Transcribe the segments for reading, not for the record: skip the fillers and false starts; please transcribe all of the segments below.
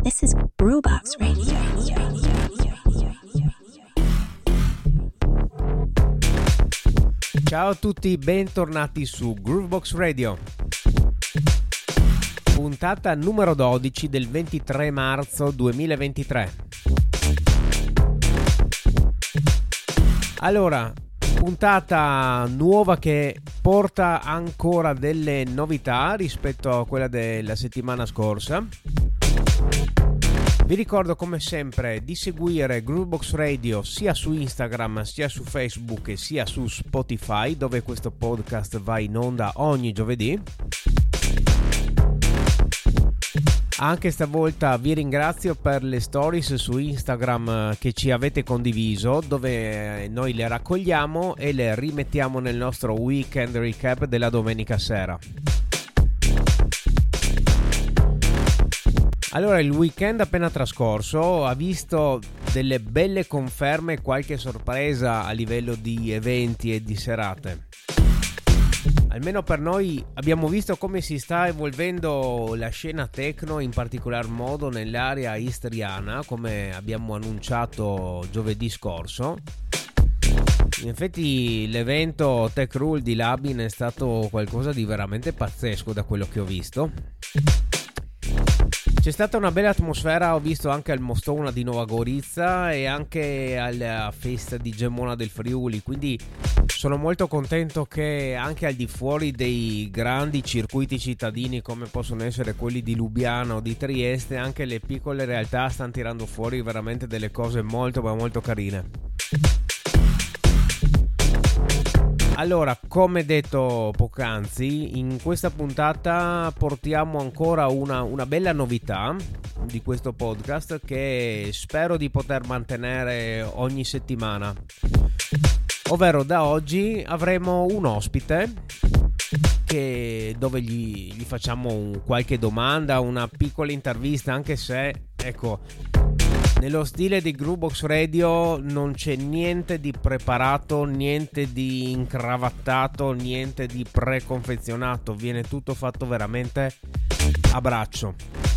This is Brewbox Radio. Ciao a tutti, bentornati su Groovebox Radio. Puntata numero 12 del 23 marzo 2023. Allora, puntata nuova che porta ancora delle novità rispetto a quella della settimana scorsa. Vi ricordo come sempre di seguire Groovebox Radio sia su Instagram, sia su Facebook e sia su Spotify, dove questo podcast va in onda ogni giovedì. Anche stavolta vi ringrazio per le stories su Instagram che ci avete condiviso, dove noi le raccogliamo e le rimettiamo nel nostro weekend recap della domenica sera. Allora, il weekend appena trascorso ha visto delle belle conferme e qualche sorpresa a livello di eventi e di serate. Almeno per noi abbiamo visto come si sta evolvendo la scena techno, in particolar modo nell'area istriana, come abbiamo annunciato giovedì scorso. In effetti l'evento Tech Rule di Labin è stato qualcosa di veramente pazzesco da quello che ho visto. C'è stata una bella atmosfera, ho visto anche al Mostona di Nova Gorizia e anche alla festa di Gemona del Friuli, quindi sono molto contento che anche al di fuori dei grandi circuiti cittadini come possono essere quelli di Lubiana o di Trieste, anche le piccole realtà stanno tirando fuori veramente delle cose molto ma molto carine. Allora, come detto poc'anzi, in questa puntata portiamo ancora una bella novità di questo podcast che spero di poter mantenere ogni settimana. Ovvero, da oggi avremo un ospite dove gli facciamo qualche domanda, una piccola intervista, anche se, ecco, nello stile di Groovebox Radio non c'è niente di preparato, niente di incravattato, niente di preconfezionato, viene tutto fatto veramente a braccio.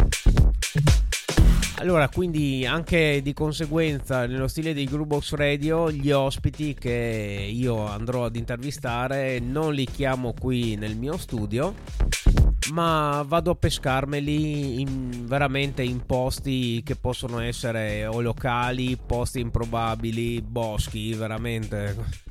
Allora, quindi anche di conseguenza nello stile di Groovebox Radio gli ospiti che io andrò ad intervistare non li chiamo qui nel mio studio, ma vado a pescarmeli veramente in posti che possono essere o locali, posti improbabili, boschi, veramente.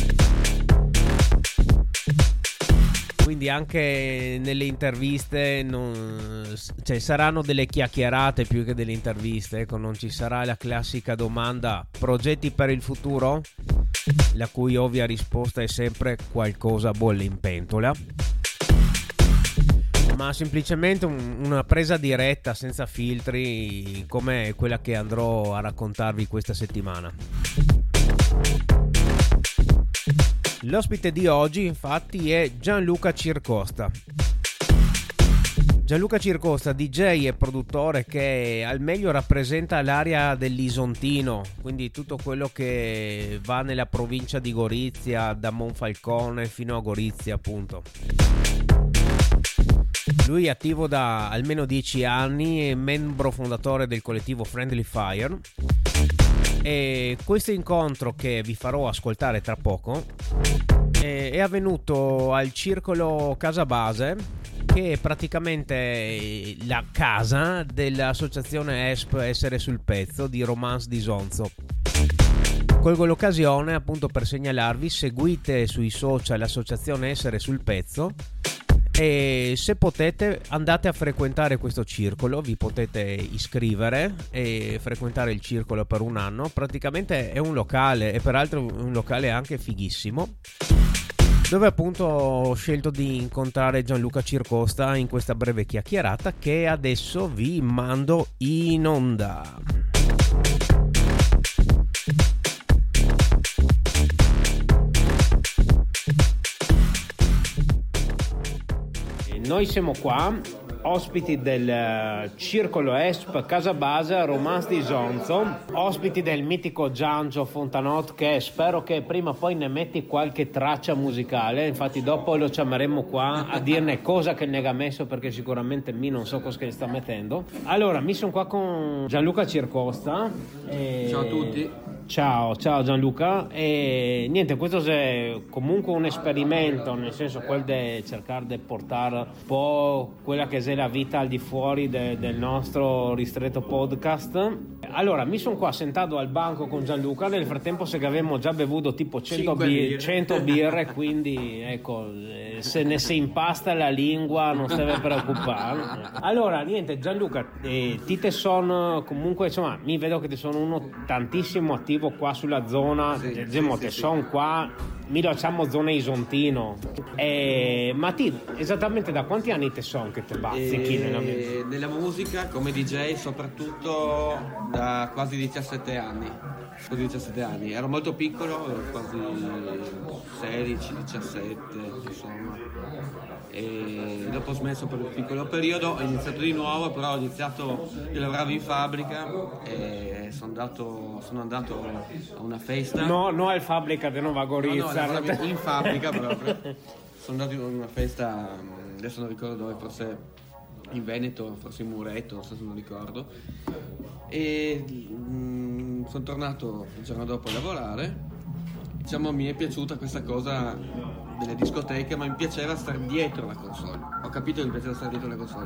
Quindi anche nelle interviste saranno delle chiacchierate più che delle interviste, ecco, non ci sarà la classica domanda progetti per il futuro, la cui ovvia risposta è sempre qualcosa bolle in pentola, ma semplicemente una presa diretta senza filtri come quella che andrò a raccontarvi questa settimana. L'ospite di oggi infatti è Gianluca Circosta. Gianluca Circosta, DJ e produttore che al meglio rappresenta l'area dell'Isontino, quindi tutto quello che va nella provincia di Gorizia, da Monfalcone fino a Gorizia appunto. Lui è attivo da almeno 10 anni, è membro fondatore del collettivo Friendly Fire, e questo incontro che vi farò ascoltare tra poco è avvenuto al circolo Casa Base, che è praticamente la casa dell'associazione ESP Essere sul Pezzo di Romance di Sonzo. Colgo l'occasione appunto per segnalarvi: seguite sui social l'associazione Essere sul Pezzo e se potete andate a frequentare questo circolo, vi potete iscrivere e frequentare il circolo per un anno. Praticamente è un locale, e peraltro un locale anche fighissimo, dove appunto ho scelto di incontrare Gianluca Circosta in questa breve chiacchierata che adesso vi mando in onda. Noi siamo qua ospiti del Circolo ESP Casa Base Romance di Zonzo, ospiti del mitico Giangio Fontanot, che spero che prima o poi ne metti qualche traccia musicale, infatti dopo lo chiameremo qua a dirne cosa che ne ha messo, perché sicuramente non so cosa che sta mettendo. Allora, mi sono qua con Gianluca Circosta. Ciao a tutti. Ciao Gianluca, e niente, questo è comunque un esperimento, nel senso quello di cercare di portare un po' quella che è la vita al di fuori del nostro ristretto podcast. Allora, mi sono qua sentato al banco con Gianluca, nel frattempo se che avevamo già bevuto tipo 100 birre, quindi ecco, se ne si impasta la lingua non si deve preoccupare. Allora, niente Gianluca, ti te sono comunque, insomma, mi vedo che ti sono uno tantissimo attivo qua sulla zona, sono qua, mi lo chiamo zona Isontino, ma ti esattamente da quanti anni te sono che te bazzichi nella musica come DJ, soprattutto da quasi 17 anni. Ero molto piccolo, quasi 16, 17 insomma, e dopo ho smesso per un piccolo periodo, ho iniziato di nuovo, però io lavoravo in fabbrica e sono andato a una festa. No al fabbrica di Nova Gorizia. No, in fabbrica proprio. Sono andato in una festa, adesso non ricordo dove, forse in Veneto, forse in Muretto, non so se non ricordo, e sono tornato il giorno dopo a lavorare. Diciamo, mi è piaciuta questa cosa delle discoteche, ma mi piaceva stare dietro la console. Ho capito che mi piaceva stare dietro la console.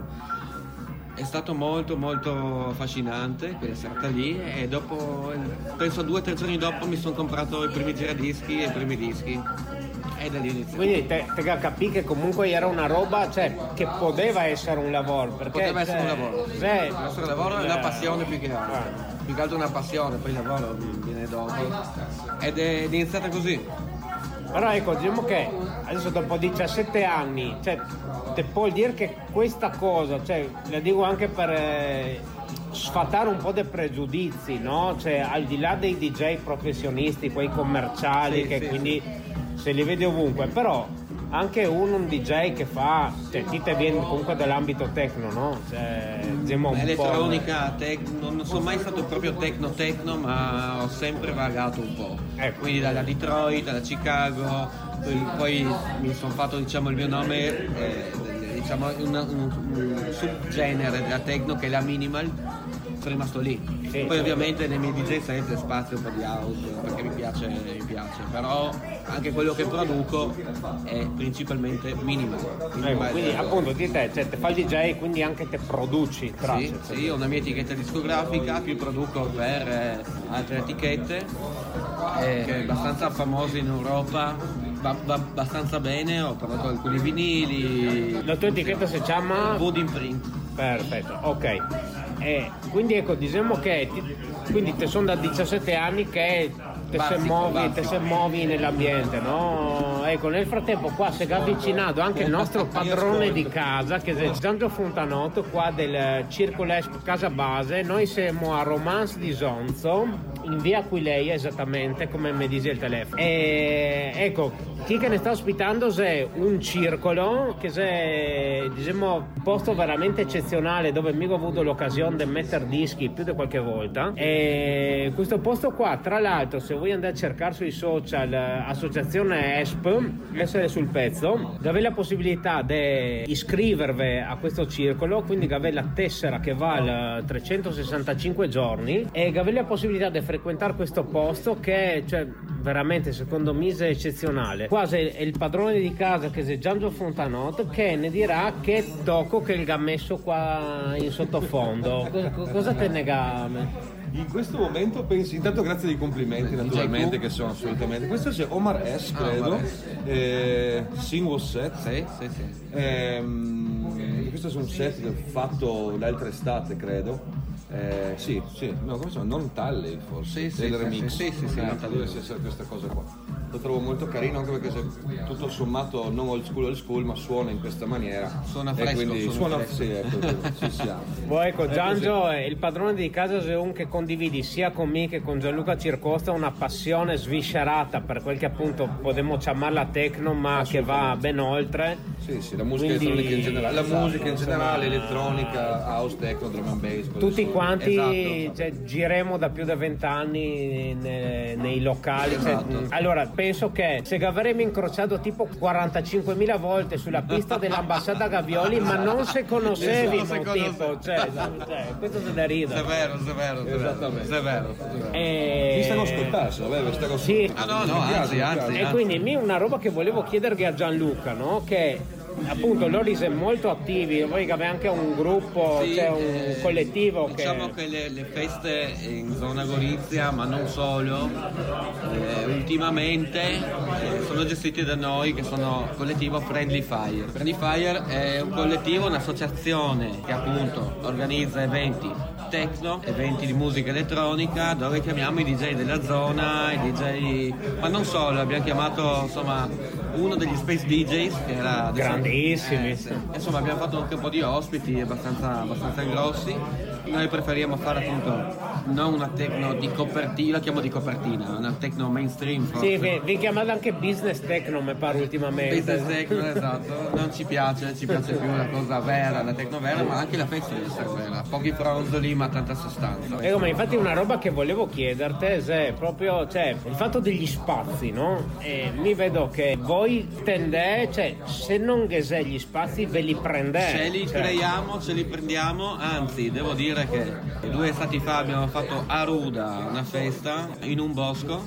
È stato molto molto affascinante quella serata lì, e dopo, penso 2 o 3 giorni dopo, mi sono comprato i primi giradischi e i primi dischi, e da lì inizio. Quindi te capì che comunque era una roba, cioè, che poteva essere un lavoro, perché poteva essere un lavoro, poteva essere un lavoro, e una passione più che altro. Più che altro una passione, poi il lavoro viene dopo, ed è iniziata così. Però ecco, diciamo che adesso dopo 17 anni, cioè, te puoi dire che questa cosa, cioè, la dico anche per sfatare un po' dei pregiudizi, no? Cioè, al di là dei DJ professionisti, quei commerciali, quindi se li vedi ovunque, però anche un DJ che fa, cioè, ti te viene comunque dall'ambito techno, no? Cioè, diciamo un elettronica, non sono mai stato proprio techno, ma ho sempre vagato un po'. Quindi dalla Detroit, dalla Chicago, poi mi sono fatto, diciamo, il mio nome, diciamo un subgenere della techno che è la minimal, sono rimasto lì. Poi ovviamente nei miei DJ set spazio un po' di house, perché mi piace, però anche quello che produco è principalmente minimal. Quindi appunto di te, cioè, te fai il DJ, quindi anche te produci tracce. Sì, ho una mia etichetta discografica, più produco per altre etichette, che è abbastanza famosa in Europa, va abbastanza bene, ho prodotto alcuni vinili. La tua etichetta si chiama? Wood Imprint. Perfetto, ok. Quindi ecco, diciamo che quindi te sono da 17 anni che te se muovi nell'ambiente, no? Ecco, nel frattempo qua si è avvicinato anche il nostro padrone di casa, che è Giangio Fontanotto, qua del Circolo ESP Casa Base. Noi siamo a Romance di Zonzo, in via Aquileia, esattamente come mi dice il telefono. E ecco, chi che ne sta ospitando è un circolo che è, diciamo, un posto veramente eccezionale, dove mi ho avuto l'occasione di mettere dischi più di qualche volta. E questo posto qua, tra l'altro, se vuoi andare a cercare sui social associazione ESP, essere sul pezzo, avete la possibilità di iscrivervi a questo circolo, quindi avete la tessera che vale 365 giorni, e avete la possibilità di frequentare questo posto che, cioè, veramente secondo me è eccezionale. Quasi è il padrone di casa, che è Giangio Fontanot, che ne dirà che tocco che il ha messo qua in sottofondo. Cosa te ne ga? In questo momento pensi, intanto grazie dei complimenti naturalmente, che sono assolutamente, questo è Omar S, credo, Sing Was Set, sì. Questo è un set fatto l'altra estate, credo. No, come sono? Non Talley forse, sì, del remix. Sì, deve essere questa cosa qua. lo trovo molto carino, anche perché tutto sommato non old school, ma suona in questa maniera. Suona fresco. E quindi suona fresco. Sì, ecco, ci siamo. Poi ecco, Giangio è il padrone di casa, sei un che condividi sia con me che con Gianluca Circosta una passione sviscerata per quel che appunto potremmo chiamarla techno, ma che va ben oltre. Sì, la musica elettronica in generale, la musica in generale, elettronica, house, techno, drum and bass. Tutti quanti esatto. cioè, giremo da più di 20 anni nei locali. Esatto. Cioè, allora, penso che se avremmo incrociato tipo 45.000 volte sulla pista dell'ambasciata Gavioli, ma non se conoscevi, tipo, cioè, questo è da ridere. Severo. Esattamente. Severo. Mi stanno ascoltando, vabbè, Sì. No, anzi. E quindi una roba che volevo chiedergli a Gianluca, no? Che appunto loro sono molto attivi, voi che avete anche un gruppo, Sì, c'è un collettivo diciamo che le feste in zona Gorizia, ma non solo, ultimamente sono gestite da noi, che sono il collettivo Friendly Fire. Friendly Fire è un collettivo, un'associazione che appunto organizza eventi techno, eventi di musica elettronica, dove chiamiamo i DJ della zona, i DJ, ma non solo, abbiamo chiamato insomma uno degli Space DJs che era grandissimi. Insomma abbiamo fatto anche un po' di ospiti abbastanza grossi. Noi preferiamo fare appunto non una techno di copertina, la chiamo di copertina, una techno mainstream forse. Sì, vi chiamate anche business techno, mi pare ultimamente. Business techno, esatto, non ci piace più la cosa vera, la techno vera, ma anche la festa deve essere vera, pochi fronzoli ma tanta sostanza. Ecco, ma infatti una roba che volevo chiederti è proprio, cioè, il fatto degli spazi, no? E mi vedo che voi tendete, cioè, se non che se gli spazi ve li prendete. Ce li creiamo, ce li prendiamo, anzi, devo dire che 2 estati fa abbiamo fatto a Ruda una festa in un bosco.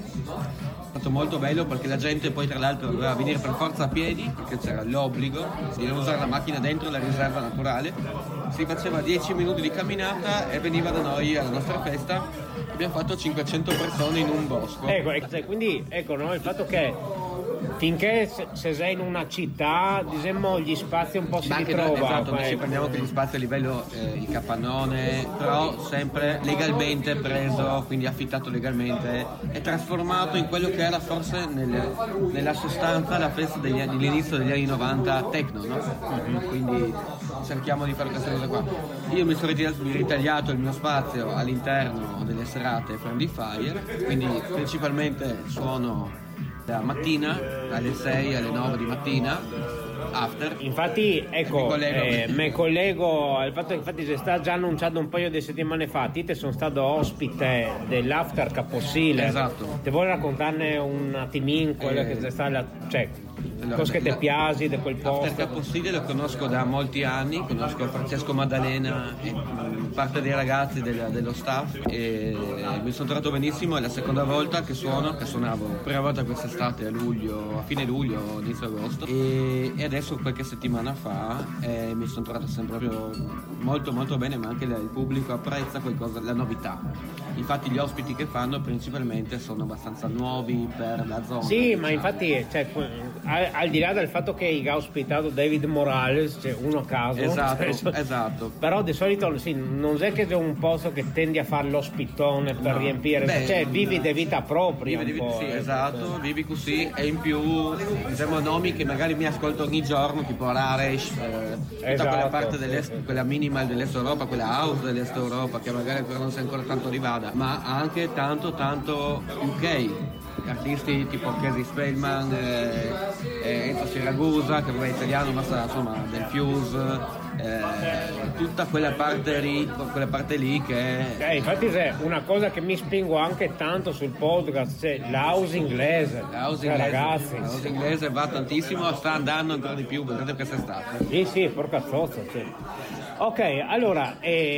È stato molto bello perché la gente poi tra l'altro doveva venire per forza a piedi, perché c'era l'obbligo di non usare la macchina dentro la riserva naturale. Si faceva 10 minuti di camminata e veniva da noi alla nostra festa. Abbiamo fatto 500 persone in un bosco. Ecco, quindi ecco, no, il fatto che finché se sei in una città, diciamo, gli spazi un po' si ritrovano. Esatto, noi ci prendiamo anche gli spazi a livello il capannone, però sempre legalmente preso, quindi affittato legalmente e trasformato in quello che era forse nella sostanza la festa dell'inizio degli anni 90 techno, no? Quindi cerchiamo di fare questa cosa qua. Io mi sono ritagliato il mio spazio all'interno delle serate Friendly Fire, quindi principalmente suono la mattina dalle 6 alle 9 di mattina, after. Infatti ecco, mi collego al fatto che infatti si sta già annunciando un paio di settimane fa, te sono stato ospite dell'after Capossile. Esatto. Ti vuoi raccontarne un attimino quello che c'è stata, cioè cosa che ti piaci di quel posto? After Capossile lo conosco da molti anni, conosco Francesco Maddalena e parte dei ragazzi dello staff e mi sono trovato benissimo, è la seconda volta che suonavo, prima volta quest'estate a fine luglio, inizio agosto e adesso qualche settimana fa mi sono trovato sempre proprio molto molto bene, ma anche il pubblico apprezza qualcosa, la novità. Infatti gli ospiti che fanno principalmente sono abbastanza nuovi per la zona. Sì, diciamo. ma infatti cioè, al di là del fatto che ha ospitato David Morales, cioè uno a caso. Esatto. Però di solito sì, non è che è un posto che tendi a fare l'ospitone per riempire, cioè vivi di vita propria. Sì, esatto, vivi così e in più diciamo nomi che magari mi ascolto ogni giorno, tipo Raresh, tutta quella parte dell'est, quella minimal dell'est Europa, quella house dell'est Europa che magari ancora non si è ancora tanto arrivata, ma anche tanto UK. Artisti tipo Casey Spellman, Enzo Siragusa, che è italiano ma sa insomma del Fuse, tutta quella parte lì che infatti c'è una cosa che mi spingo anche tanto sul podcast, c'è l'house inglese, ragazzi. La house inglese va tantissimo, sta andando ancora di più, vedete quest'estate. Sì, porca zozza, sì. Ok, allora,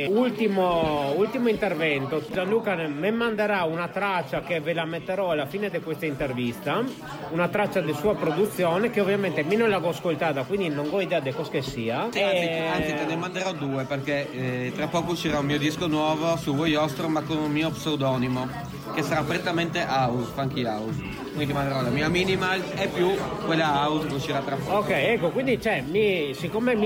ultimo intervento. Gianluca mi manderà una traccia che ve la metterò alla fine di questa intervista, una traccia di sua produzione che ovviamente mi non l'avevo ascoltata, quindi non ho idea di cosa che sia. Anzi, te ne manderò 2 perché tra poco uscirà un mio disco nuovo su Voiostro, ma con un mio pseudonimo che sarà prettamente house, funky house. Quindi ti manderò la mia minimal e più quella house che uscirà tra poco. Ok, ecco, quindi siccome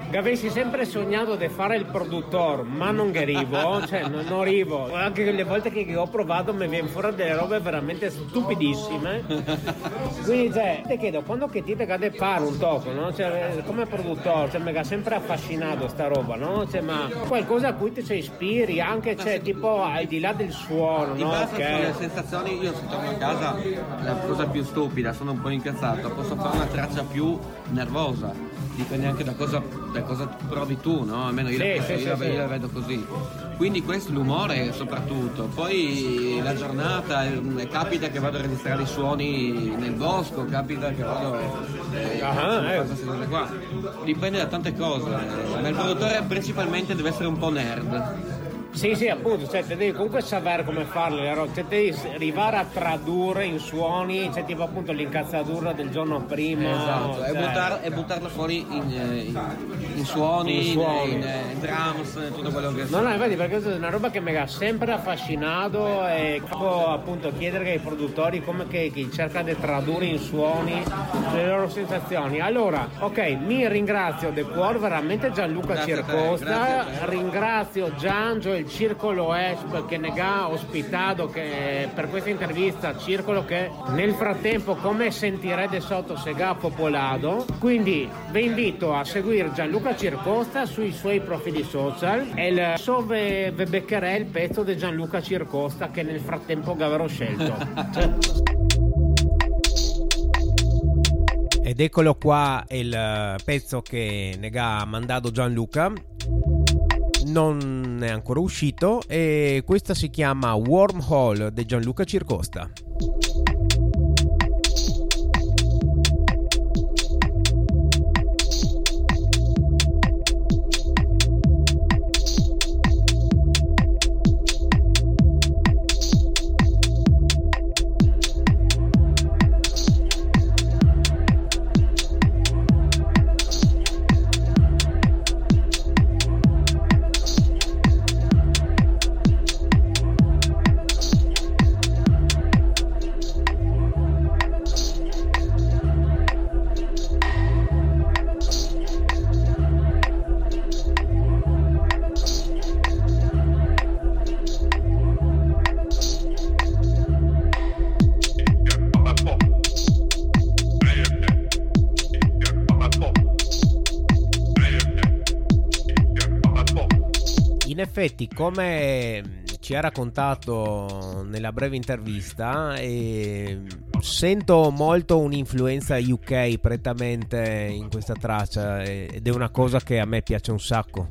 che avessi sempre sognato di fare il produttore, ma non arrivo, cioè non arrivo. Anche le volte che ho provato mi viene fuori delle robe veramente stupidissime. Quindi cioè, ti chiedo, quando che ti cade fare un tocco, no? Cioè, come produttore, cioè, mi ha sempre affascinato sta roba, no? Cioè, ma qualcosa a cui ti ci ispiri, anche cioè, tipo al di là del suono, Di no? base Che... sulle sensazioni, io se torno a casa, la cosa più stupida, sono un po' incazzato, posso fare una traccia più nervosa, dipende anche da cosa provi tu, no? Almeno io, io la vedo così. Quindi questo l'umore soprattutto, poi la giornata, capita che vado a registrare i suoni nel bosco, capita che vado queste cose qua. Dipende da tante cose, ma il produttore principalmente deve essere un po' nerd. Sì, appunto, cioè te devi comunque sapere come farle le robe, cioè devi arrivare a tradurre in suoni, cioè tipo appunto l'incazzatura del giorno prima. Esatto, cioè... e buttarlo fuori in suoni, in drums, tutto quello che No, infatti perché è una roba che mi ha sempre affascinato e appunto chiedere ai produttori come che cerca di tradurre in suoni le loro sensazioni. Allora, ok, mi ringrazio del cuore veramente Gianluca Circosta, ringrazio Giangio, il Circolo ESP che ne ha ospitato che per questa intervista, Circolo che nel frattempo come sentirete sotto se ha popolato. Quindi vi invito a seguire Gianluca Circosta sui suoi profili social e dove vi beccherà il pezzo di Gianluca Circosta che nel frattempo avrò scelto. Ed eccolo qua il pezzo che ne ha mandato Gianluca, non è ancora uscito e questa si chiama Wormhole di Gianluca Circosta. In effetti, come ci ha raccontato nella breve intervista, sento molto un'influenza UK prettamente in questa traccia ed è una cosa che a me piace un sacco.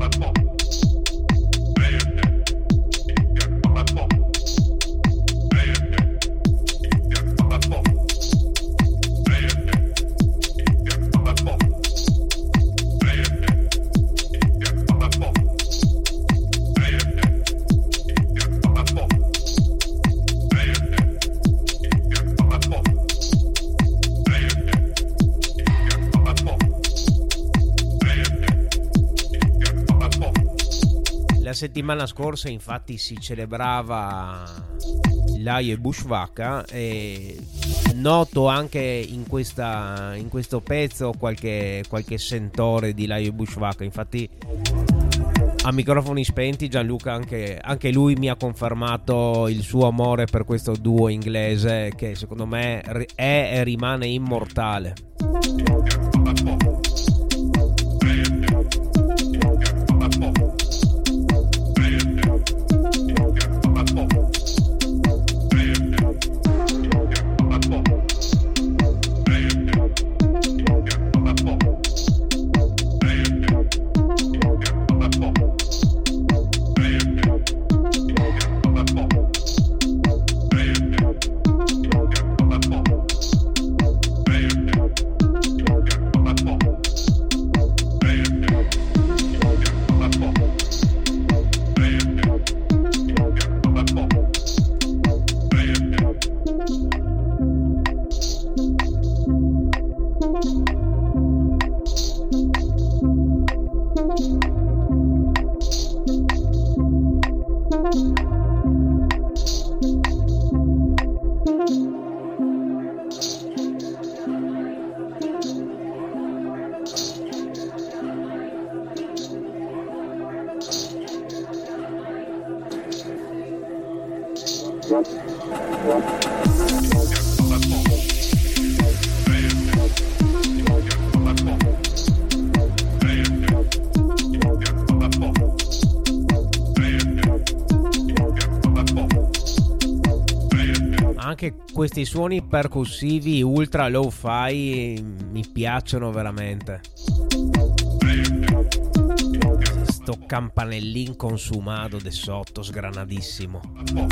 La settimana scorsa infatti si celebrava l'Aie Bushwaka e noto anche in questo pezzo qualche sentore di l'Aie Bushwaka. Infatti a microfoni spenti Gianluca anche lui mi ha confermato il suo amore per questo duo inglese che secondo me è e rimane immortale. Anche questi suoni percussivi ultra lo-fi mi piacciono veramente. Sto campanellin consumato de sotto, sgranadissimo.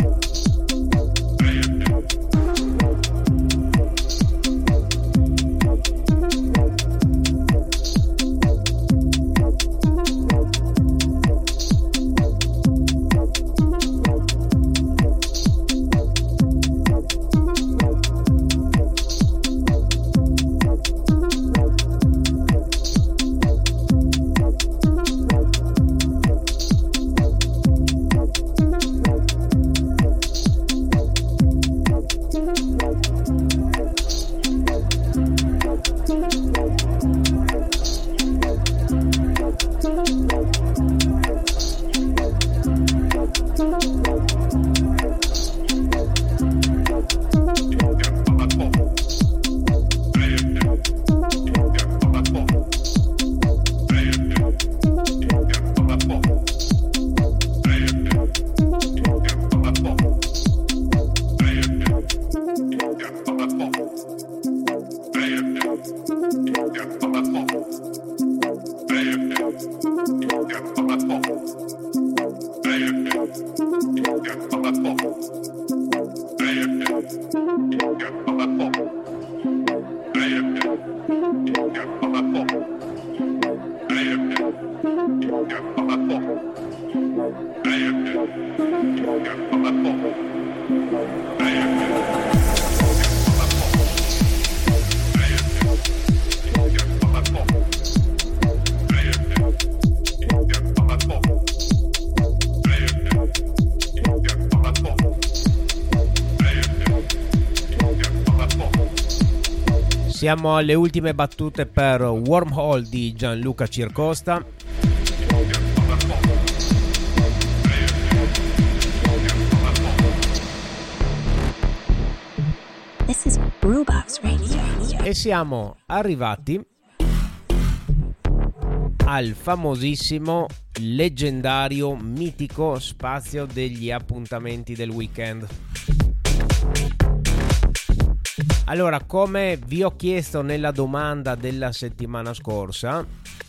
Siamo alle ultime battute per Wormhole di Gianluca Circosta. This is Brewbox Radio. E siamo arrivati al famosissimo, leggendario, mitico spazio degli appuntamenti del weekend. Allora, come vi ho chiesto nella domanda della settimana scorsa,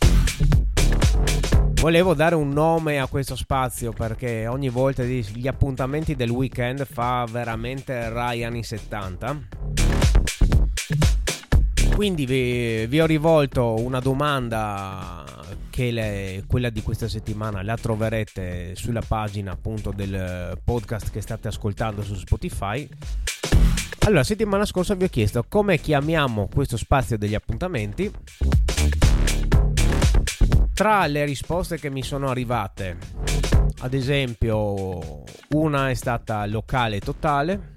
volevo dare un nome a questo spazio, perché ogni volta gli appuntamenti del weekend fa veramente Rai anni 70. Quindi vi ho rivolto una domanda che quella di questa settimana la troverete sulla pagina appunto del podcast che state ascoltando su Spotify. Allora, settimana scorsa vi ho chiesto come chiamiamo questo spazio degli appuntamenti. Tra le risposte che mi sono arrivate, ad esempio, una è stata locale totale,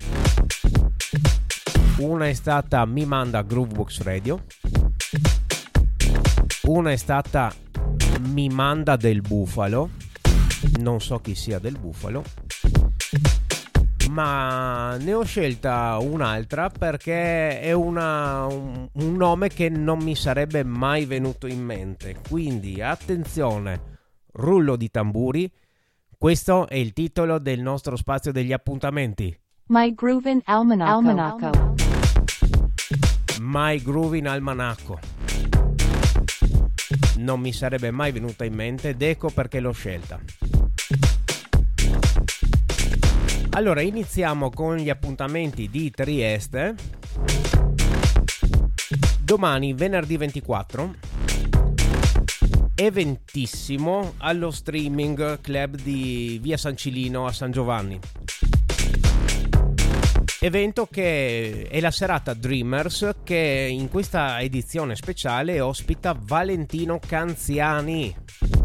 una è stata mi manda Groovebox Radio, una è stata mi manda del Bufalo, non so chi sia del Bufalo, ma ne ho scelta un'altra perché è un nome che non mi sarebbe mai venuto in mente. Quindi attenzione, rullo di tamburi, questo è il titolo del nostro spazio degli appuntamenti. My Groovin' Almanacco. My Groovin' Almanacco. Non mi sarebbe mai venuta in mente ed ecco perché l'ho scelta. Allora, iniziamo con gli appuntamenti di Trieste. Domani, venerdì 24, eventissimo allo Streaming Club di Via San Cilino a San Giovanni. Evento che è la serata Dreamers, che in questa edizione speciale ospita Valentino Canziani.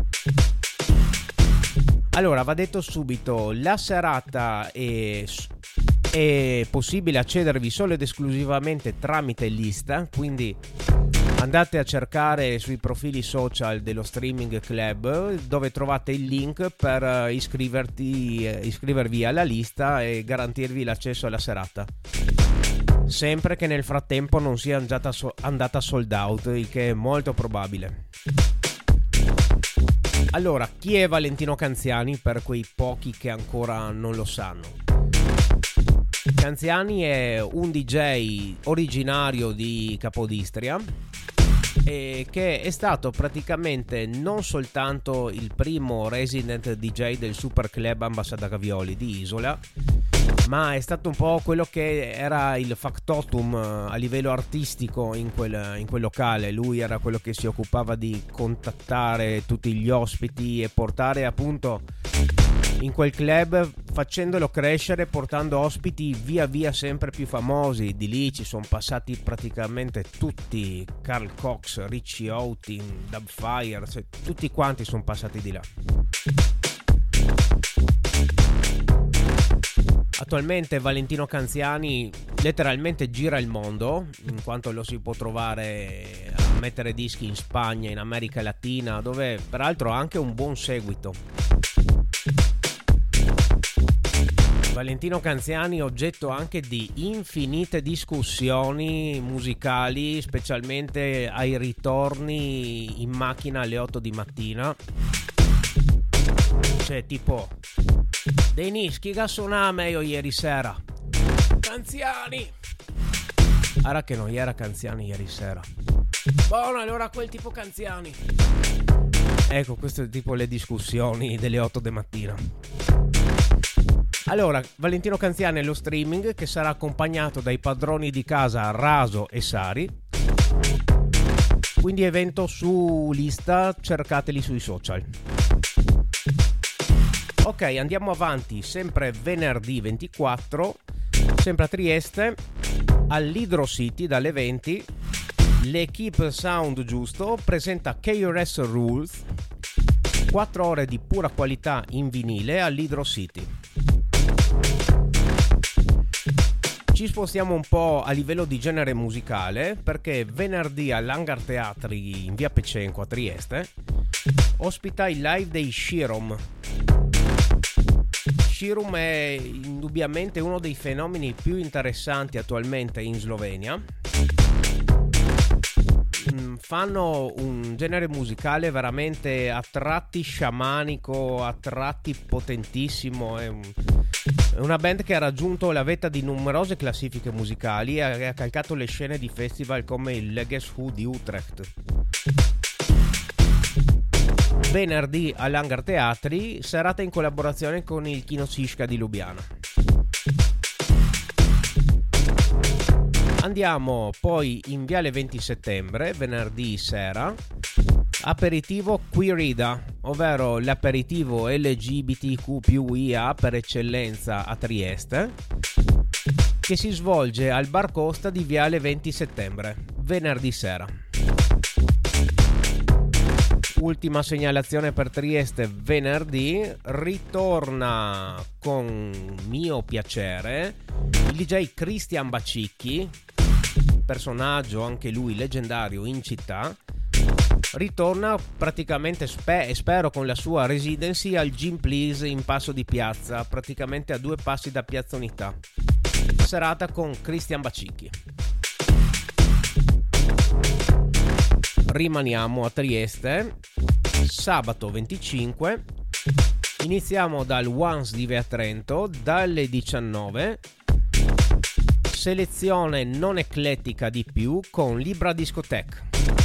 Allora, va detto subito, la serata è possibile accedervi solo ed esclusivamente tramite lista, quindi Andate a cercare sui profili social dello Streaming Club, dove trovate il link per iscrivervi alla lista e garantirvi l'accesso alla serata. Sempre che nel frattempo non sia andata sold out, il che è molto probabile. Allora, chi è Valentino Canziani per quei pochi che ancora non lo sanno? Canziani è un DJ originario di Capodistria e che è stato praticamente non soltanto il primo resident DJ del Super Club Ambasciata Gavioli di Isola, ma è stato un po' quello che era il factotum a livello artistico in quel locale. Lui era quello che si occupava di contattare tutti gli ospiti e portare appunto in quel club, facendolo crescere, portando ospiti via via sempre più famosi. Di lì ci sono passati praticamente tutti: Carl Cox, Richie Houghton, Dubfire, cioè, tutti quanti sono passati di là. Attualmente Valentino Canziani letteralmente gira il mondo, in quanto lo si può trovare a mettere dischi in Spagna, in America Latina, dove peraltro ha anche un buon seguito. Valentino Canziani è oggetto anche di infinite discussioni musicali, specialmente ai ritorni in macchina alle 8 di mattina. Cioè tipo: Denis, chi ga suoname io ieri sera? Canziani! Ara che non era Canziani ieri sera. Buono, allora quel tipo Canziani. Ecco, questo è tipo le discussioni delle 8 di mattina. Allora, Valentino Canziani è lo streaming, che sarà accompagnato dai padroni di casa Raso e Sari. Quindi evento su lista, cercateli sui social. Ok, andiamo avanti, sempre venerdì 24, sempre a Trieste, all'Hydro City dalle 20, l'Equipe Sound Giusto presenta KRS Rules, 4 ore di pura qualità in vinile all'Hydro City. Ci spostiamo un po' a livello di genere musicale, perché venerdì all'Hangar Teatri in via Pecenco a Trieste ospita il live dei Shirom. Shirom è indubbiamente uno dei fenomeni più interessanti attualmente in Slovenia. Fanno un genere musicale veramente a tratti sciamanico, a tratti potentissimo. È una band che ha raggiunto la vetta di numerose classifiche musicali e ha calcato le scene di festival come il Leges Who di Utrecht. Venerdì all'Hangar Teatri, serata in collaborazione con il Kino Šiška di Lubiana. Andiamo poi in Viale 20 Settembre, venerdì sera, aperitivo Queerida, ovvero l'aperitivo LGBTQ+IA per eccellenza a Trieste, che si svolge al Bar Costa di Viale 20 Settembre, venerdì sera. Ultima segnalazione per Trieste: venerdì ritorna con mio piacere il DJ Cristian Bacicchi, personaggio anche lui leggendario in città. Ritorna praticamente spero con la sua residency al Gym Please in Passo di Piazza, praticamente a 2 passi da Piazza Unità. Serata con Cristian Bacicchi. Rimaniamo a Trieste, sabato 25, iniziamo dal Once di Via Trento dalle 19, selezione non eclettica di più con Libra Discotheque,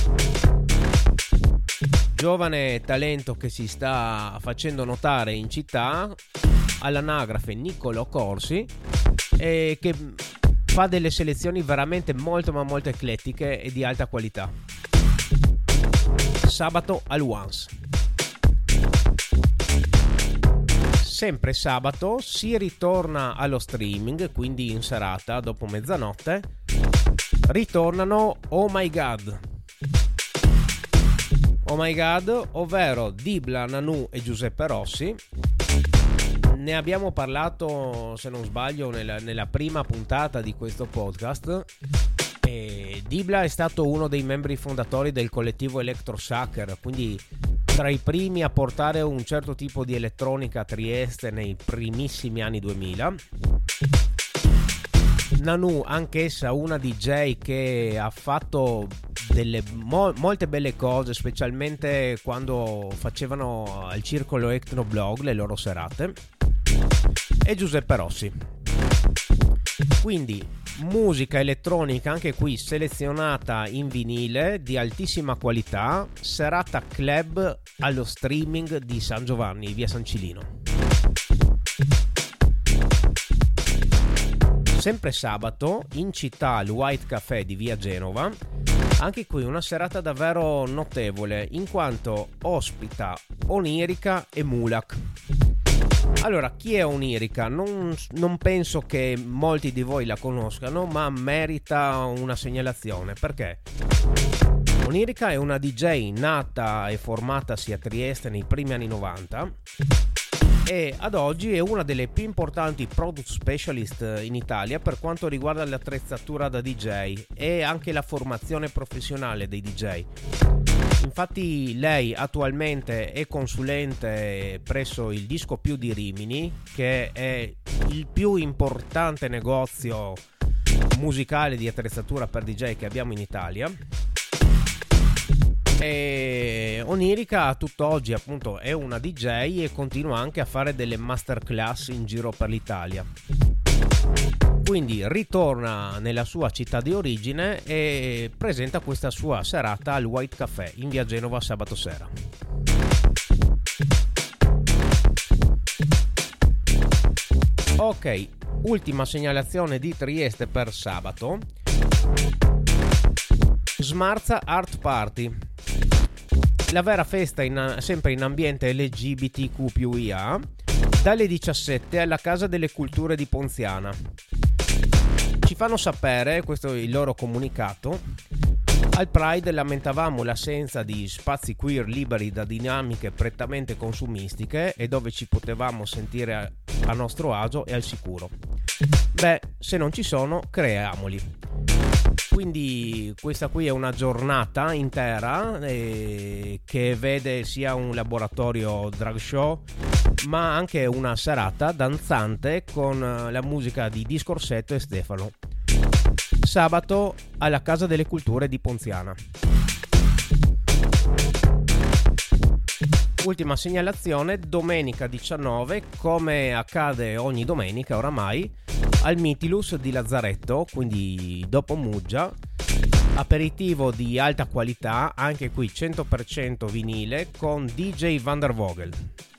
giovane talento che si sta facendo notare in città, all'anagrafe Niccolò Corsi, e che fa delle selezioni veramente molto ma molto eclettiche e di alta qualità. Sabato al Once. Sempre sabato si ritorna allo streaming, quindi in serata dopo mezzanotte ritornano Oh My God. Oh My God, ovvero Dibla, Nanu e Giuseppe Rossi. Ne abbiamo parlato, se non sbaglio, nella prima puntata di questo podcast. Dibla è stato uno dei membri fondatori del collettivo Electrosucker, quindi tra i primi a portare un certo tipo di elettronica a Trieste nei primissimi anni 2000. Nanu, anch'essa una DJ che ha fatto molte belle cose, specialmente quando facevano al Circolo Etnoblog le loro serate, e Giuseppe Rossi. Quindi musica elettronica anche qui selezionata in vinile di altissima qualità, serata club allo streaming di San Giovanni, via San Cilino. Sempre sabato in città al White Café di via Genova, anche qui una serata davvero notevole in quanto ospita Onirica e Mulak. Allora, chi è Onirica? Non penso che molti di voi la conoscano, ma merita una segnalazione. Perché? Onirica è una DJ nata e formatasi a Trieste nei primi anni 90 e ad oggi è una delle più importanti product specialist in Italia per quanto riguarda l'attrezzatura da DJ e anche la formazione professionale dei DJ. Infatti lei attualmente è consulente presso il Disco Più di Rimini, che è il più importante negozio musicale di attrezzatura per DJ che abbiamo in Italia. E Onirica a tutt'oggi appunto è una DJ e continua anche a fare delle masterclass in giro per l'Italia. Quindi ritorna nella sua città di origine e presenta questa sua serata al White Café in via Genova sabato sera. Ok, ultima segnalazione di Trieste per sabato. Smarza Art Party, la vera festa sempre in ambiente LGBTQ+IA, dalle 17 alla Casa delle Culture di Ponziana. Ci fanno sapere, questo è il loro comunicato: al Pride lamentavamo l'assenza di spazi queer liberi da dinamiche prettamente consumistiche e dove ci potevamo sentire a nostro agio e al sicuro. Beh, se non ci sono, creiamoli. Quindi questa qui è una giornata intera che vede sia un laboratorio drag show ma anche una serata danzante con la musica di Discorsetto e Stefano. Sabato alla Casa delle Culture di Ponziana. Ultima segnalazione, domenica 19, come accade ogni domenica oramai, al Mytilus di Lazzaretto, quindi dopo Muggia, aperitivo di alta qualità, anche qui 100% vinile, con DJ Van der Vogel.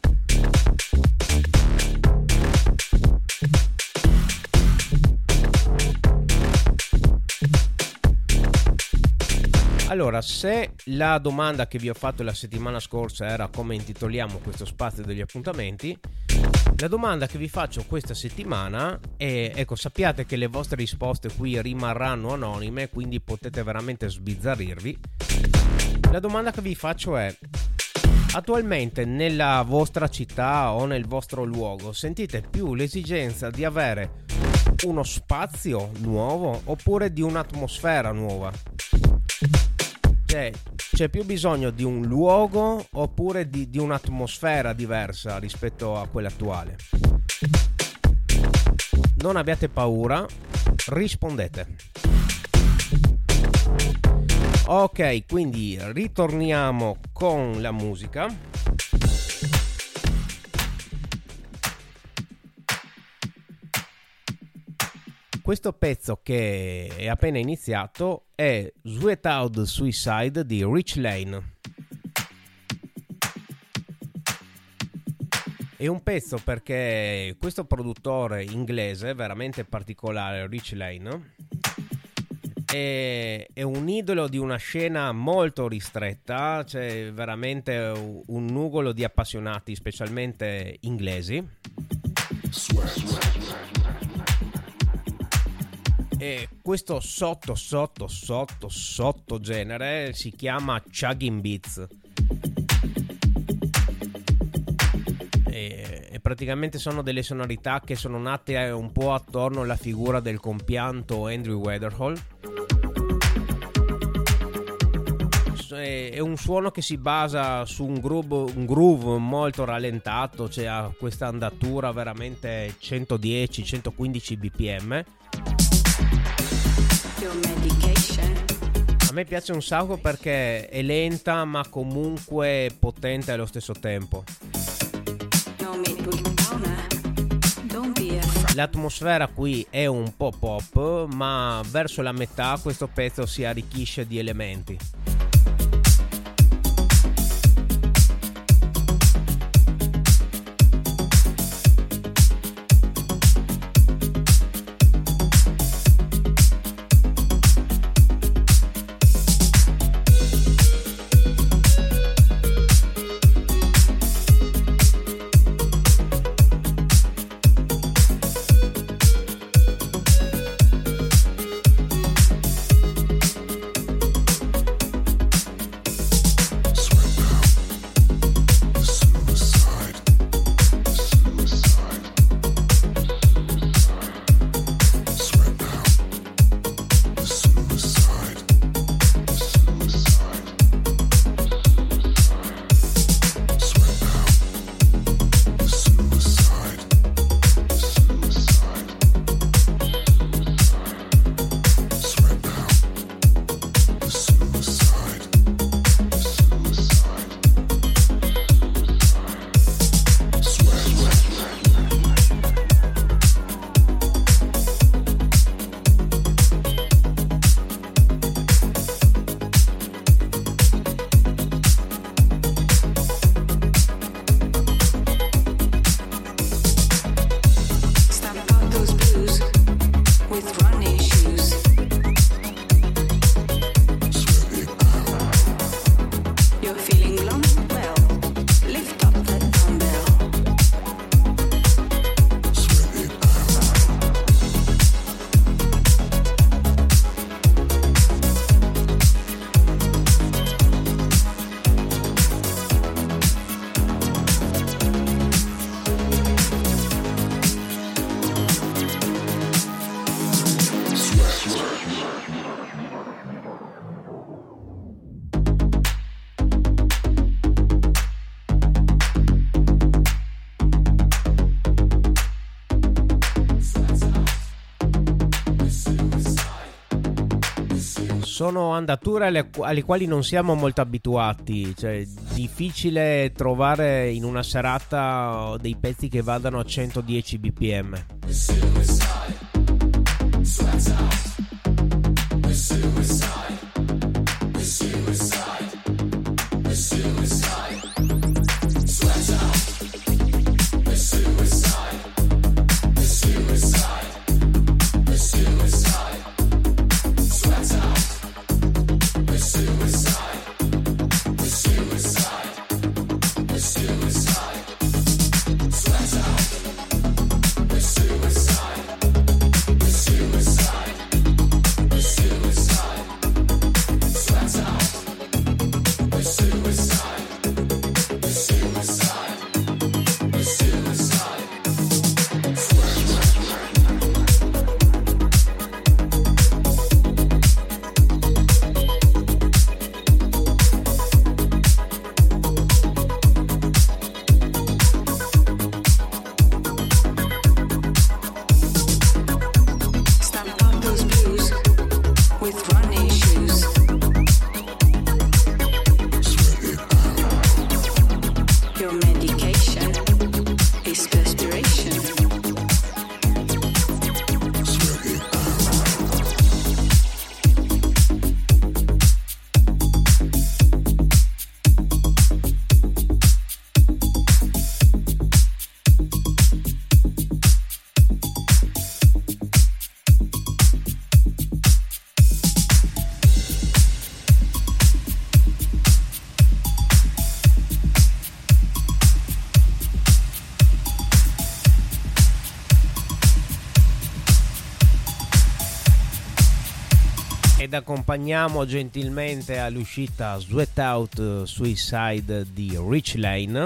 Allora, se la domanda che vi ho fatto la settimana scorsa era come intitoliamo questo spazio degli appuntamenti, la domanda che vi faccio questa settimana è, ecco, sappiate che le vostre risposte qui rimarranno anonime, quindi potete veramente sbizzarrirvi. La domanda che vi faccio è: attualmente nella vostra città o nel vostro luogo sentite più l'esigenza di avere uno spazio nuovo oppure di un'atmosfera nuova? C'è più bisogno di un luogo oppure di un'atmosfera diversa rispetto a quella attuale? Non abbiate paura, rispondete. Ok, quindi ritorniamo con la musica. Questo pezzo che è appena iniziato è Sweat Out Suicide di Rich Lane. È un pezzo perché questo produttore inglese veramente particolare, Rich Lane, è un idolo di una scena molto ristretta, c'è veramente un nugolo di appassionati, specialmente inglesi. E questo sotto genere si chiama Chugging Beats e praticamente sono delle sonorità che sono nate un po' attorno alla figura del compianto Andrew Weatherall, è un suono che si basa su un groove molto rallentato, cioè ha questa andatura veramente 110-115 bpm. A me piace un sacco perché è lenta ma comunque potente allo stesso tempo. L'atmosfera qui è un po' pop, ma verso la metà questo pezzo si arricchisce di elementi. Sono andature alle quali non siamo molto abituati, cioè difficile trovare in una serata dei pezzi che vadano a 110 bpm. Ed accompagniamo gentilmente all'uscita Sweat Out Suicide di Rich Lane.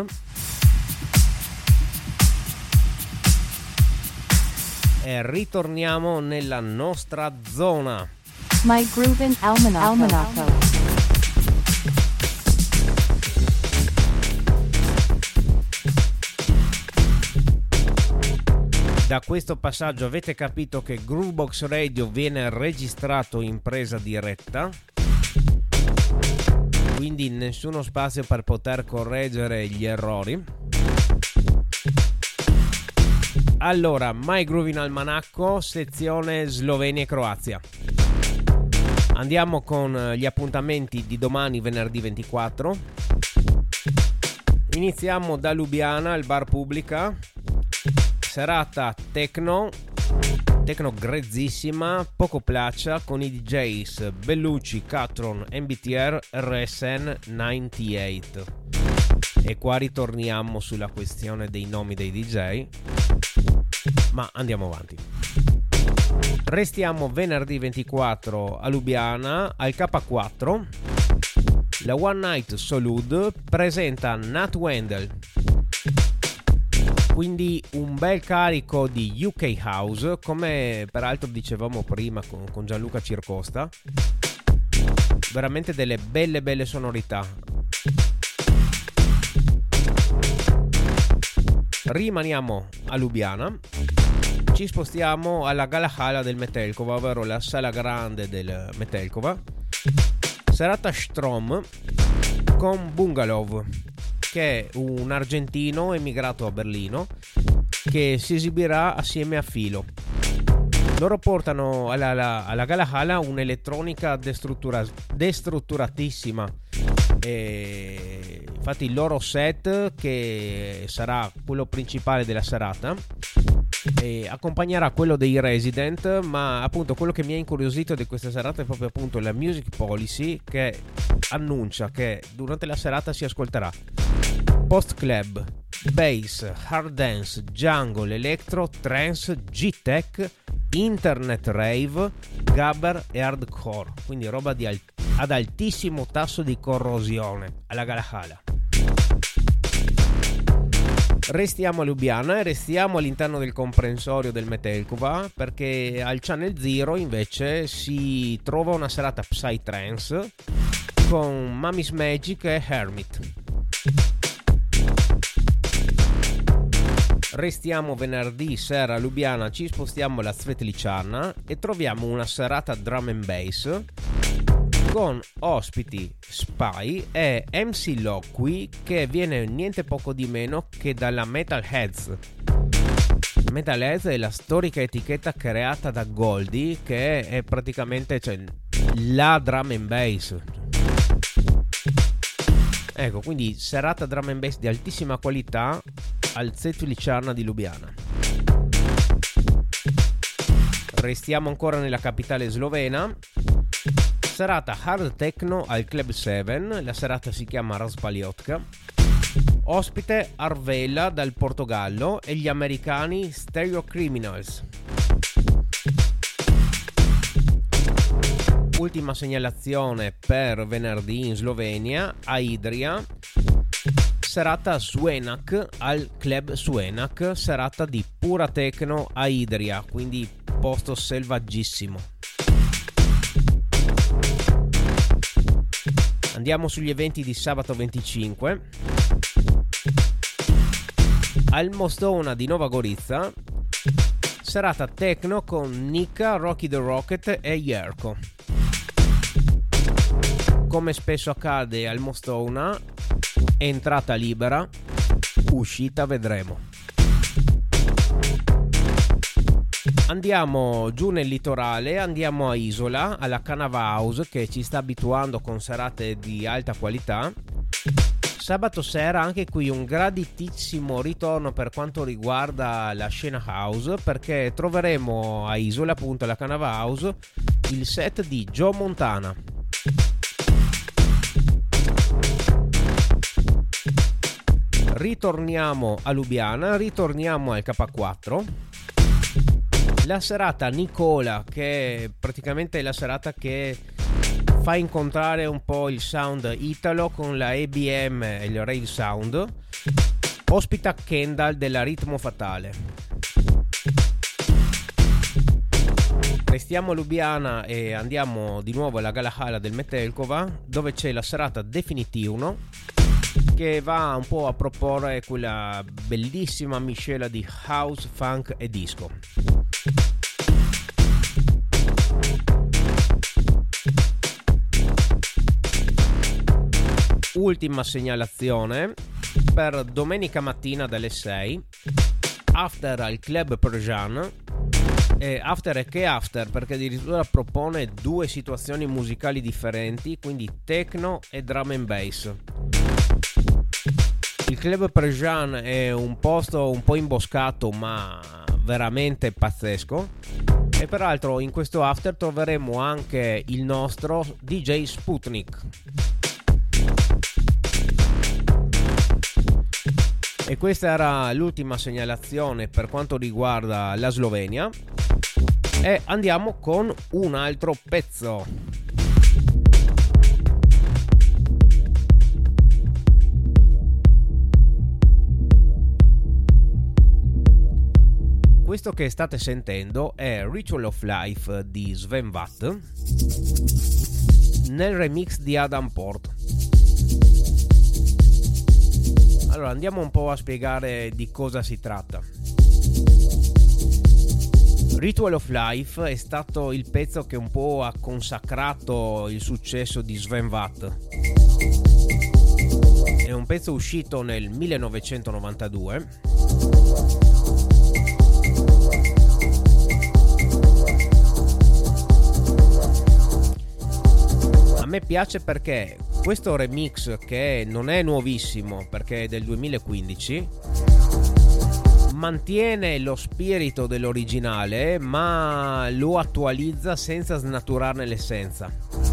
E ritorniamo nella nostra zona. My Groovin' Almanaco. Da questo passaggio avete capito che Groovebox Radio viene registrato in presa diretta, quindi nessuno spazio per poter correggere gli errori. Allora, My Groovin Almanacco, sezione Slovenia e Croazia. Andiamo con gli appuntamenti di domani, venerdì 24. Iniziamo da Lubiana, il bar Pubblica. Serata techno grezzissima, poco placcia, con i DJs Bellucci, Catron, MBTR, RSN 98. E qua ritorniamo sulla questione dei nomi dei DJ, ma andiamo avanti. Restiamo venerdì 24 a Lubiana, al K4. La One Night Solud presenta Nat Wendell, quindi un bel carico di UK House, come peraltro dicevamo prima con Gianluca Circosta. Veramente delle belle sonorità. Rimaniamo a Lubiana, ci spostiamo alla Galahala del Metelkova, ovvero la sala grande del Metelkova. Serata Strom con Bungalow, che è un argentino emigrato a Berlino che si esibirà assieme a Filo. Loro portano alla Galahala un'elettronica destrutturatissima. E infatti il loro set, che sarà quello principale della serata, accompagnerà quello dei Resident, ma appunto quello che mi ha incuriosito di questa serata è proprio appunto la music policy, che annuncia che durante la serata si ascolterà post club, bass, hard dance, jungle, electro, trance, G-tech, internet rave, gabber e hardcore, quindi roba ad altissimo tasso di corrosione alla Galahala. Restiamo a Lubiana e restiamo all'interno del comprensorio del Metelkova, perché al Channel Zero invece si trova una serata Psytrance con Mami's Magic e Hermit. Restiamo venerdì sera a Lubiana, ci spostiamo alla Svetlicana e troviamo una serata drum and bass con ospiti Spy e MC Loqui, che viene niente poco di meno che dalla Metalheads. Metalheads è la storica etichetta creata da Goldie, che è praticamente la drum and bass. Ecco, quindi serata drum and bass di altissima qualità al Svetlicana di Lubiana. Restiamo ancora nella capitale slovena. Serata hard techno al Club 7, la serata si chiama Razpaliotka. Ospite Arvela dal Portogallo e gli americani Stereo Criminals. Ultima segnalazione per venerdì in Slovenia, a Idria, serata Suenak al Club Suenak, serata di pura techno a Idria, quindi posto selvaggissimo. Andiamo sugli eventi di sabato 25. Al Mostona di Nova Gorica, serata techno con Nika, Rocky the Rocket e Jerko. Come spesso accade al Mostona, entrata libera, uscita vedremo. Andiamo giù nel litorale, andiamo a Isola, alla Canava House, che ci sta abituando con serate di alta qualità. Sabato sera anche qui un graditissimo ritorno per quanto riguarda la scena house, perché troveremo a Isola, appunto alla Canava House, il set di Joe Montana. Ritorniamo a Lubiana, ritorniamo al K4. La serata Nicola, che è praticamente la serata che fa incontrare un po' il sound italo con la EBM e il rave sound, ospita Kendall della Ritmo Fatale. Restiamo a Lubiana e andiamo di nuovo alla Galahala del Metelkova, dove c'è la serata Definitivno che va un po' a proporre quella bellissima miscela di house, funk e disco. Ultima segnalazione per domenica mattina dalle 6, after al Club Persian. After è che after, perché addirittura propone 2 situazioni musicali differenti, quindi techno e drum and bass. Il Club Persian è un posto un po' imboscato ma veramente pazzesco, e peraltro in questo after troveremo anche il nostro DJ Sputnik. E questa era l'ultima segnalazione per quanto riguarda la Slovenia, e andiamo con un altro pezzo. Questo che state sentendo è Ritual of Life di Sven Vath nel remix di Adam Port. Allora andiamo un po' a spiegare di cosa si tratta. Ritual of Life è stato il pezzo che un po' ha consacrato il successo di Sven Vath. È un pezzo uscito nel 1992. A me piace perché questo remix, che non è nuovissimo perché è del 2015, mantiene lo spirito dell'originale ma lo attualizza senza snaturarne l'essenza.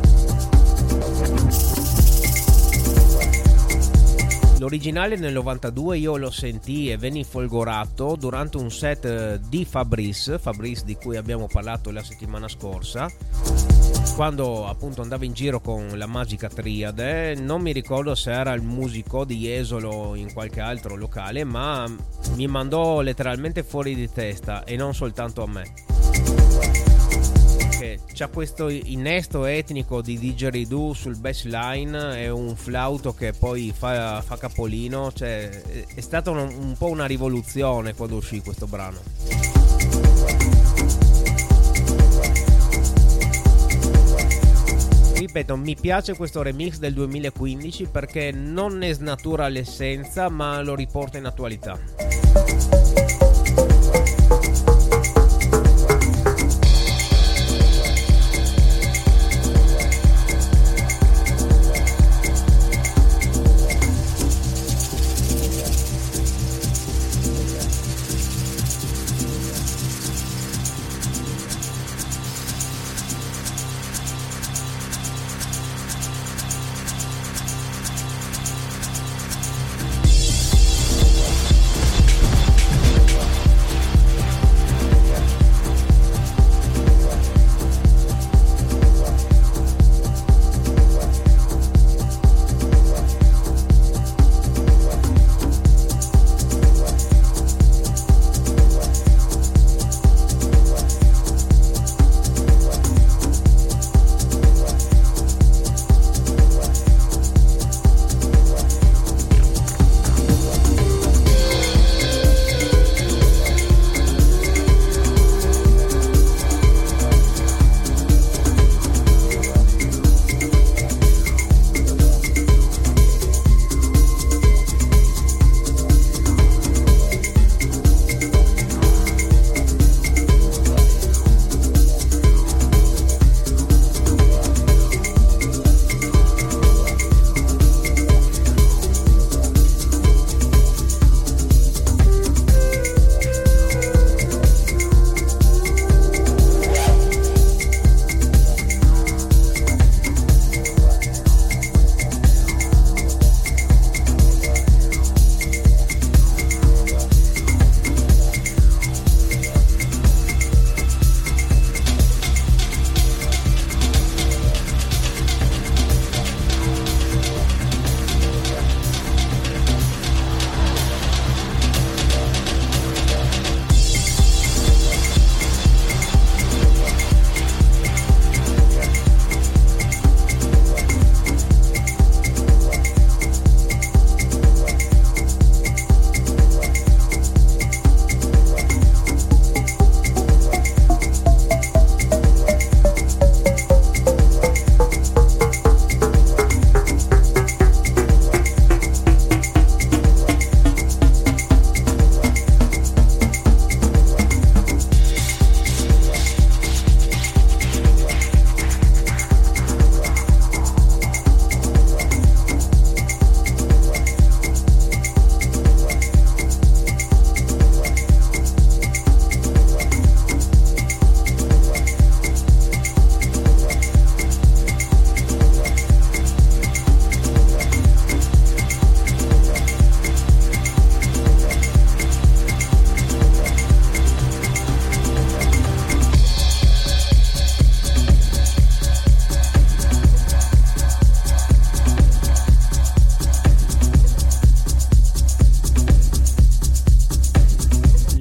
L'originale nel 92 io lo sentii e venni folgorato durante un set di Fabrice di cui abbiamo parlato la settimana scorsa, quando appunto andavo in giro con la Magica Triade. Non mi ricordo se era il musico di Jesolo o in qualche altro locale, ma mi mandò letteralmente fuori di testa, e non soltanto a me. C'ha questo innesto etnico di didgeridoo sul bassline e un flauto che poi fa capolino, cioè è stata un po' una rivoluzione quando uscì questo brano. Ripeto, mi piace questo remix del 2015 perché non ne snatura l'essenza ma lo riporta in attualità.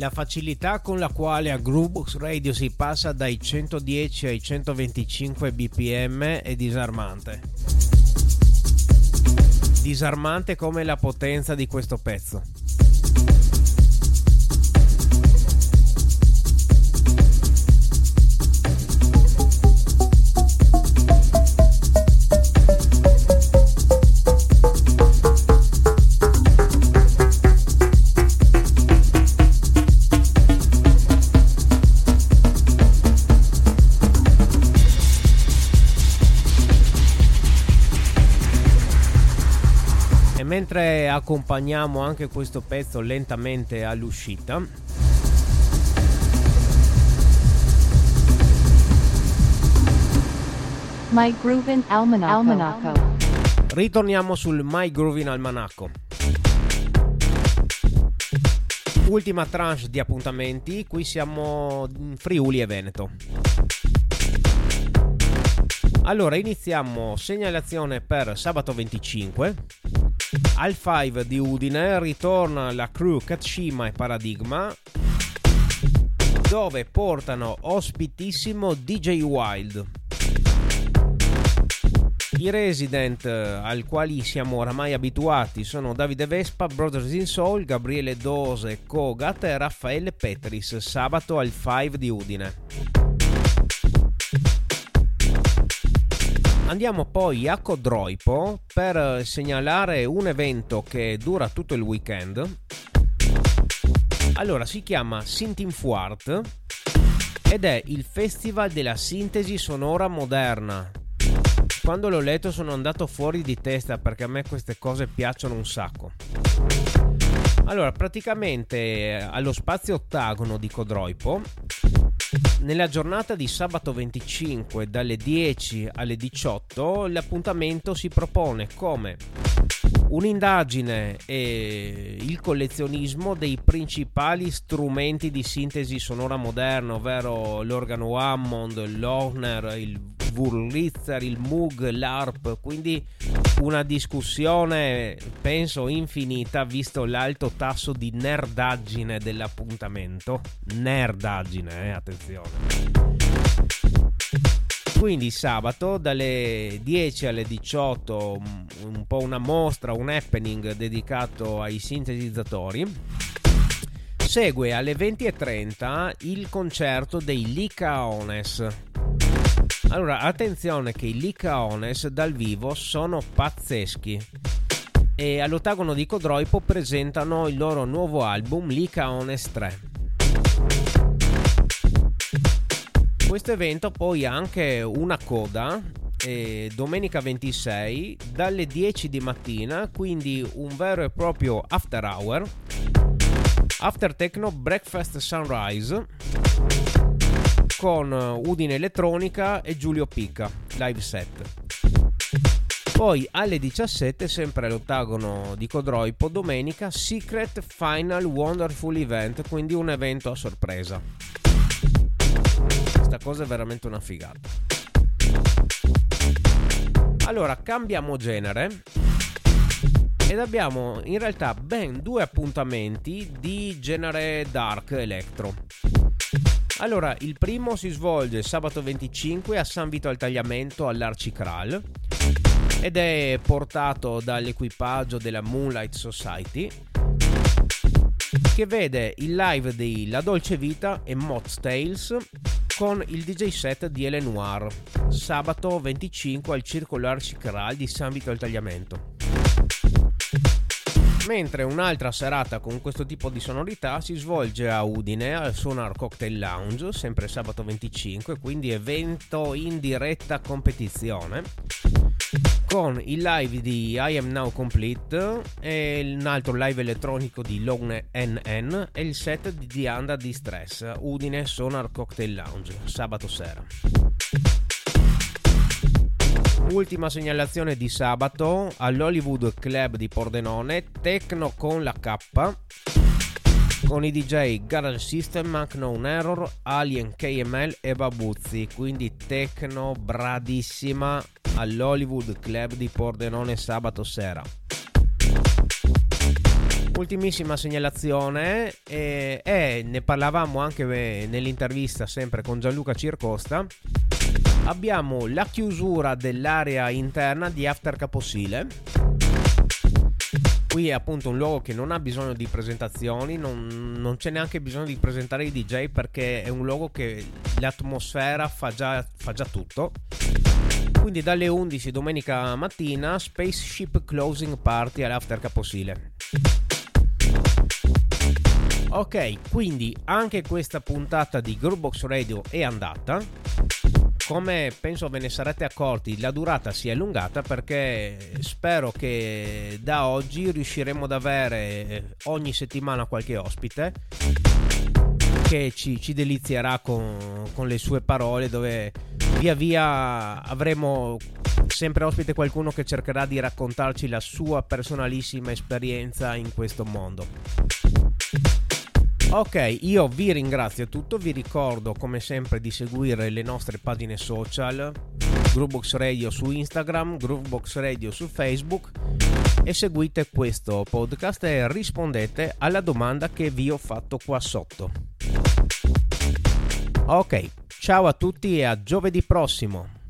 La facilità con la quale a Groovebox Radio si passa dai 110 ai 125 bpm è disarmante. Disarmante come la potenza di questo pezzo. Mentre accompagniamo anche questo pezzo lentamente all'uscita, My Groovin' Almanacco. ritorniamo sul My Groovin' Almanacco. Ultima tranche di appuntamenti, qui siamo in Friuli e Veneto. Allora iniziamo segnalazione per sabato 25. Al 5 di Udine ritorna la crew Katshima e Paradigma, dove portano ospitissimo DJ Wild. I resident al quali siamo oramai abituati sono Davide Vespa, Brothers in Soul, Gabriele Dose, Kogat e Raffaele Petris, sabato al 5 di Udine. Andiamo poi a Codroipo per segnalare un evento che dura tutto il weekend. Allora, si chiama Syntinfuart ed è il festival della sintesi sonora moderna. Quando l'ho letto sono andato fuori di testa, perché a me queste cose piacciono un sacco. Allora, praticamente allo spazio Ottagono di Codroipo, nella giornata di sabato 25 dalle 10 alle 18 l'appuntamento si propone come un'indagine e il collezionismo dei principali strumenti di sintesi sonora moderna, ovvero l'organo Hammond, l'Hohner, il Wurlitzer, il Moog, l'Harp, quindi una discussione penso infinita visto l'alto tasso di nerdaggine dell'appuntamento. Nerdaggine, attenzione. Quindi sabato dalle 10 alle 18 un po' una mostra, un happening dedicato ai sintetizzatori. Segue alle 20:30 il concerto dei Licaones. Allora, attenzione che i Licaones dal vivo sono pazzeschi e all'Ottagono di Codroipo presentano il loro nuovo album Licaones 3. Questo evento poi ha anche una coda domenica 26 dalle 10 di mattina, quindi un vero e proprio after hour, after techno breakfast sunrise con Udine Elettronica e Giulio Picca live set. Poi alle 17 sempre all'Ottagono di Codroipo domenica Secret Final Wonderful Event, quindi un evento a sorpresa. Questa cosa è veramente una figata. Allora cambiamo genere ed abbiamo in realtà ben due appuntamenti di genere dark electro. Allora, il primo si svolge sabato 25 a San Vito al Tagliamento all'Arcicral ed è portato dall'equipaggio della Moonlight Society, che vede il live di La Dolce Vita e Mott's Tales con il DJ set di Ele Noir, sabato 25 al Circolo Arcicral di San Vito al Tagliamento. Mentre un'altra serata con questo tipo di sonorità si svolge a Udine al Sonar Cocktail Lounge, sempre sabato 25, quindi evento in diretta competizione, con il live di I Am Now Complete e un altro live elettronico di Lone NN e il set di Dianda Distress, Udine Sonar Cocktail Lounge, sabato sera. Ultima segnalazione di sabato all'Hollywood Club di Pordenone, techno con la K, con i DJ Garage System, Unknown Error, Alien KML e Babuzzi, quindi techno bradissima all'Hollywood Club di Pordenone sabato sera. Ultimissima segnalazione, ne parlavamo anche nell'intervista sempre con Gianluca Circosta. Abbiamo la chiusura dell'area interna di After Caposile. Qui è appunto un luogo che non ha bisogno di presentazioni, non c'è neanche bisogno di presentare i DJ, perché è un luogo che l'atmosfera fa già tutto. Quindi dalle 11 domenica mattina Spaceship Closing Party all'After Caposile. Ok, quindi anche questa puntata di Groovebox Radio è andata. Come penso ve ne sarete accorti, la durata si è allungata perché spero che da oggi riusciremo ad avere ogni settimana qualche ospite che ci delizierà con le sue parole, dove via via avremo sempre ospite qualcuno che cercherà di raccontarci la sua personalissima esperienza in questo mondo. Ok, io vi ringrazio tutto, vi ricordo come sempre di seguire le nostre pagine social, Groovebox Radio su Instagram, Groovebox Radio su Facebook, e seguite questo podcast e rispondete alla domanda che vi ho fatto qua sotto. Ok, ciao a tutti e a giovedì prossimo!